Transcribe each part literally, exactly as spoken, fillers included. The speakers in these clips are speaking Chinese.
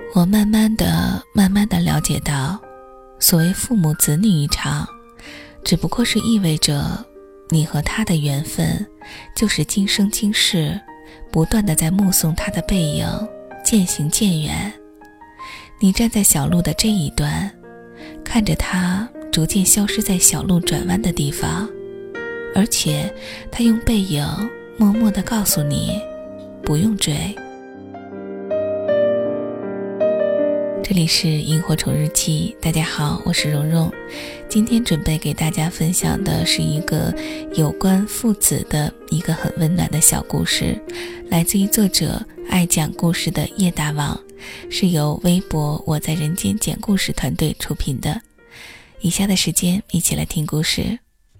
我慢慢的慢慢的了解到，所谓父母子女一场，只不过是意味着你和他的缘分就是今生今世不断的在目送他的背影渐行渐远。你站在小路的这一端，看着他逐渐消失在小路转弯的地方，而且他用背影默默地告诉你不用追。这里是萤火虫日记，大家好，我是蓉蓉。今天准备给大家分享的是一个有关父子的一个很温暖的小故事，来自于作者爱讲故事的叶大王，是由微博我在人间讲故事团队出品的。以下的时间一起来听故事。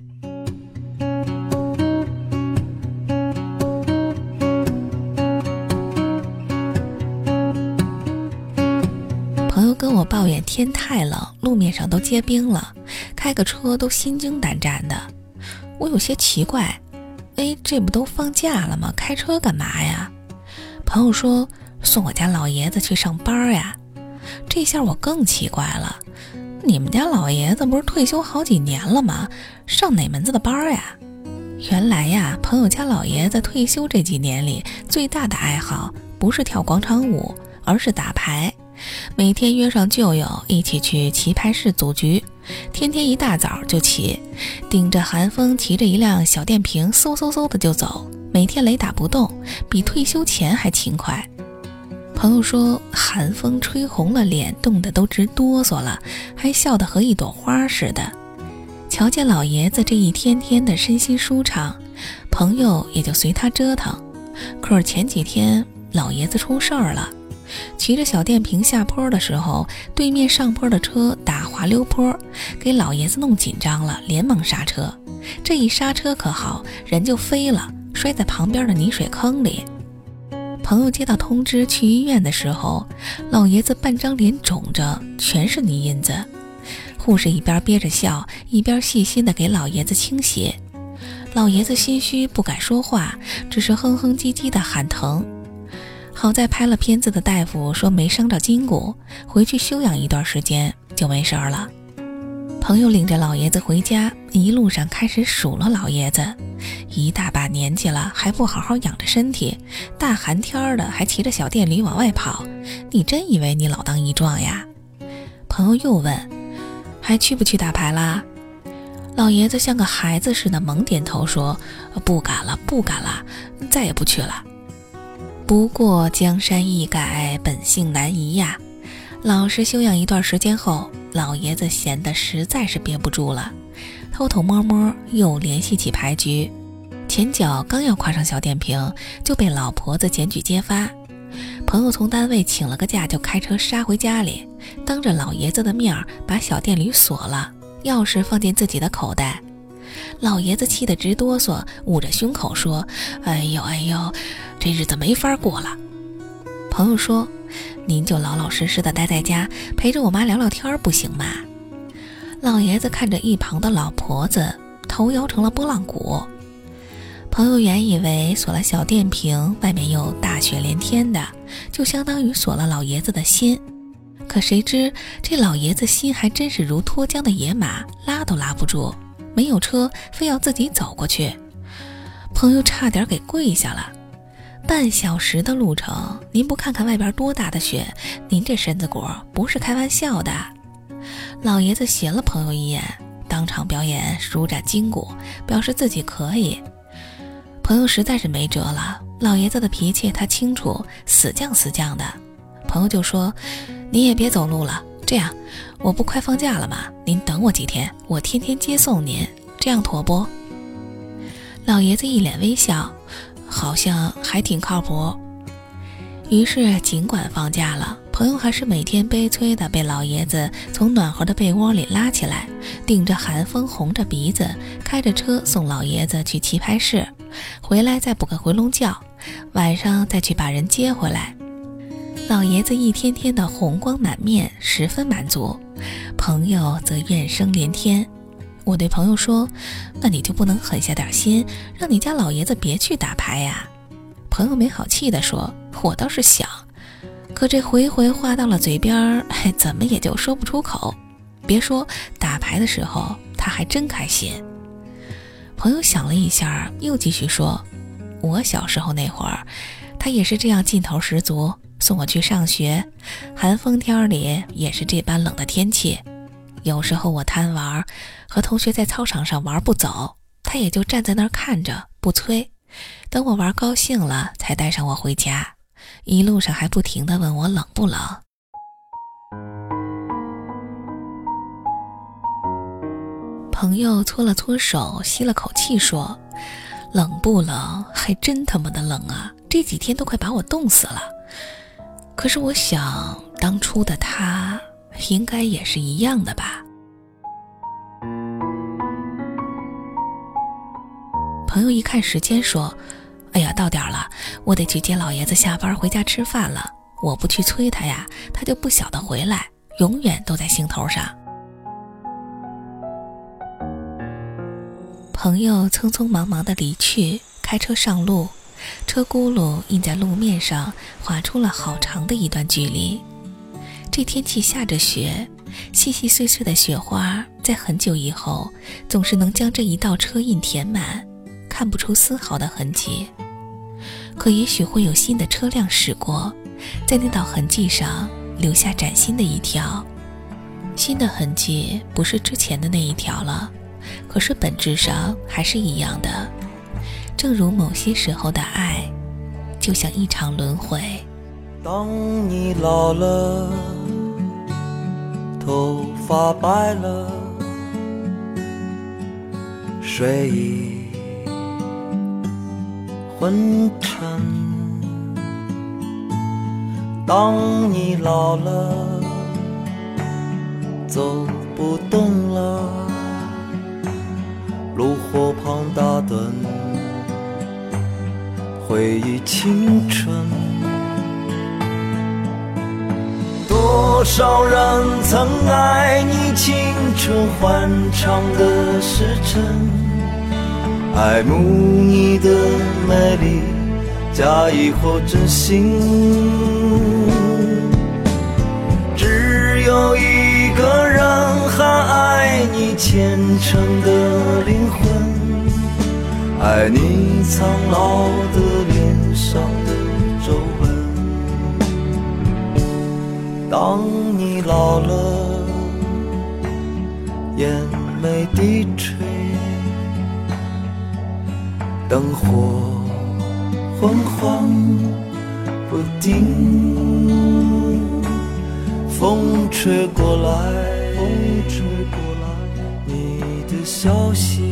朋友跟我抱怨天太冷，路面上都结冰了，开个车都心惊胆战的。我有些奇怪，哎，这不都放假了吗？开车干嘛呀？朋友说送我家老爷子去上班呀。这下我更奇怪了，你们家老爷子不是退休好几年了吗？上哪门子的班呀？原来呀，朋友家老爷子退休这几年里最大的爱好不是跳广场舞，而是打牌。每天约上旧友一起去棋牌室组局，天天一大早就起，顶着寒风骑着一辆小电瓶嗖嗖嗖的就走，每天雷打不动，比退休前还勤快。朋友说寒风吹红了脸，冻得都直哆嗦了，还笑得和一朵花似的。瞧见老爷子这一天天的身心舒畅，朋友也就随他折腾。可是前几天老爷子出事儿了，骑着小电瓶下坡的时候，对面上坡的车打滑溜坡，给老爷子弄紧张了，连忙刹车。这一刹车可好，人就飞了，摔在旁边的泥水坑里。朋友接到通知去医院的时候，老爷子半张脸肿着，全是泥印子。护士一边憋着笑，一边细心地给老爷子清洗。老爷子心虚不敢说话，只是哼哼唧唧地喊疼。好在拍了片子的大夫说没伤着筋骨，回去休养一段时间就没事了。朋友领着老爷子回家，一路上开始数落老爷子，一大把年纪了还不好好养着身体，大寒天的还骑着小电驴往外跑，你真以为你老当益壮呀？朋友又问，还去不去打牌啦？老爷子像个孩子似的猛点头说，不敢了不敢了，再也不去了。不过江山易改，本性难移呀。老实休养一段时间后，老爷子闲得实在是憋不住了，偷偷摸摸又联系起牌局。前脚刚要跨上小电瓶，就被老婆子检举揭发。朋友从单位请了个假，就开车杀回家里，当着老爷子的面把小电驴锁了，钥匙放进自己的口袋。老爷子气得直哆嗦，捂着胸口说，哎呦哎呦，这日子没法过了。朋友说，您就老老实实的待在家，陪着我妈聊聊天不行吗？老爷子看着一旁的老婆子，头摇成了拨浪鼓。朋友原以为锁了小电瓶，外面又大雪连天的，就相当于锁了老爷子的心。可谁知这老爷子心还真是如脱缰的野马，拉都拉不住，没有车，非要自己走过去。朋友差点给跪下了。半小时的路程，您不看看外边多大的雪，您这身子骨不是开玩笑的。老爷子斜了朋友一眼，当场表演舒展筋骨，表示自己可以。朋友实在是没辙了，老爷子的脾气他清楚，死犟死犟的。朋友就说，你也别走路了，这样我不快放假了吗？您等我几天，我天天接送您，这样妥不？老爷子一脸微笑，好像还挺靠谱。于是尽管放假了，朋友还是每天悲催地被老爷子从暖和的被窝里拉起来，顶着寒风红着鼻子，开着车送老爷子去棋牌室，回来再补个回笼觉，晚上再去把人接回来。老爷子一天天的红光满面，十分满足，朋友则怨声连天。我对朋友说，那你就不能狠下点心，让你家老爷子别去打牌呀？朋友没好气地说，我倒是想， 可这回回话到了嘴边，哎，怎么也就说不出口。别说打牌的时候，他还真开心。朋友想了一下，又继续说，我小时候那会儿，他也是这样劲头十足，送我去上学，寒风天里也是这般冷的天气。有时候我贪玩，和同学在操场上玩不走，他也就站在那儿看着不催，等我玩高兴了才带上我回家，一路上还不停地问我冷不冷。朋友搓了搓手，吸了口气说，冷不冷？还真他妈的冷啊，这几天都快把我冻死了。可是我想当初的他应该也是一样的吧。朋友一看时间说，哎呀，到点了，我得去接老爷子下班回家吃饭了，我不去催他呀，他就不晓得回来，永远都在兴头上。朋友匆匆忙忙地离去，开车上路，车轱辘印在路面上，划出了好长的一段距离。这天气下着雪，细细碎碎的雪花在很久以后总是能将这一道车印填满，看不出丝毫的痕迹。可也许会有新的车辆驶过，在那道痕迹上留下崭新的一条。新的痕迹不是之前的那一条了，可是本质上还是一样的。正如某些时候的爱，就像一场轮回。 当你老了，头发白了，睡意昏沉。当你老了，走不动了，炉火旁打盹，回忆青春。多少人曾爱你青春欢畅的时辰，爱慕你的美丽，假意或真心。只有一个人还爱你虔诚的灵魂，爱你苍老的脸上的皱纹。当你老了，眼眉低垂，灯火昏黄不定，风吹过来，风吹过来，你的消息，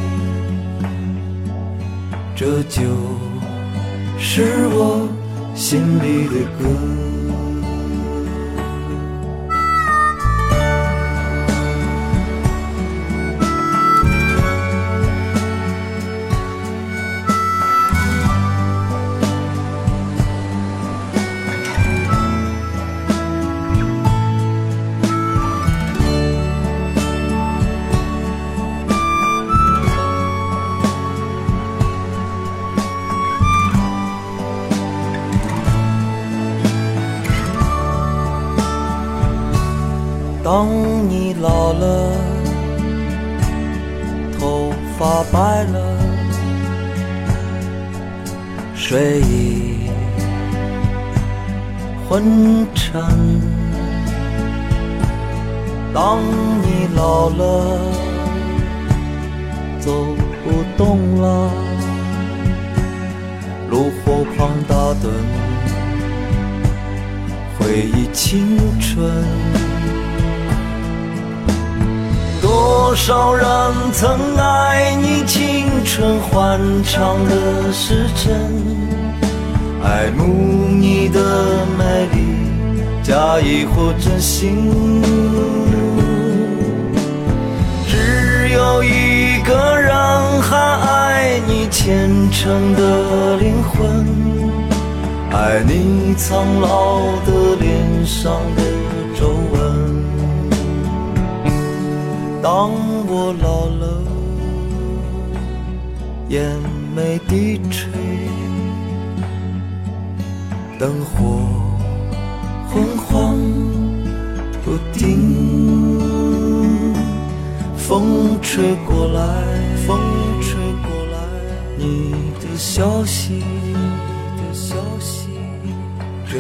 这就是我心里的歌。当你老了，头发白了，睡意昏沉。当你老了，走不动了，炉火旁打盹，回忆青春。多少人曾爱你青春欢畅的时辰，爱慕你的美丽，假意或真心。只有一个人还爱你虔诚的灵魂，爱你苍老的脸上的皱纹。当我老了，眼眉低垂，灯火晃不定，风吹过来，风吹过来，你的消息，你的消息，这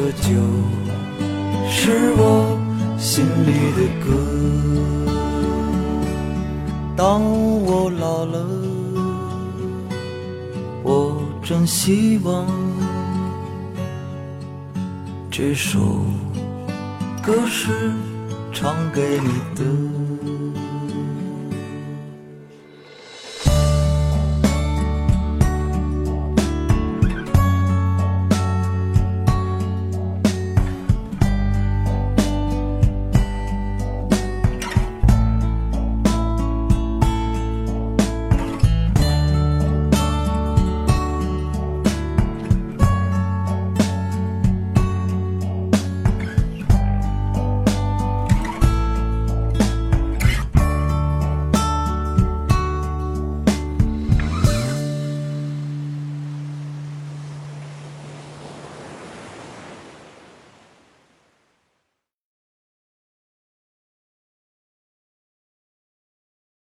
就是我心里的歌。当我老了，我真希望这首歌是唱给你的。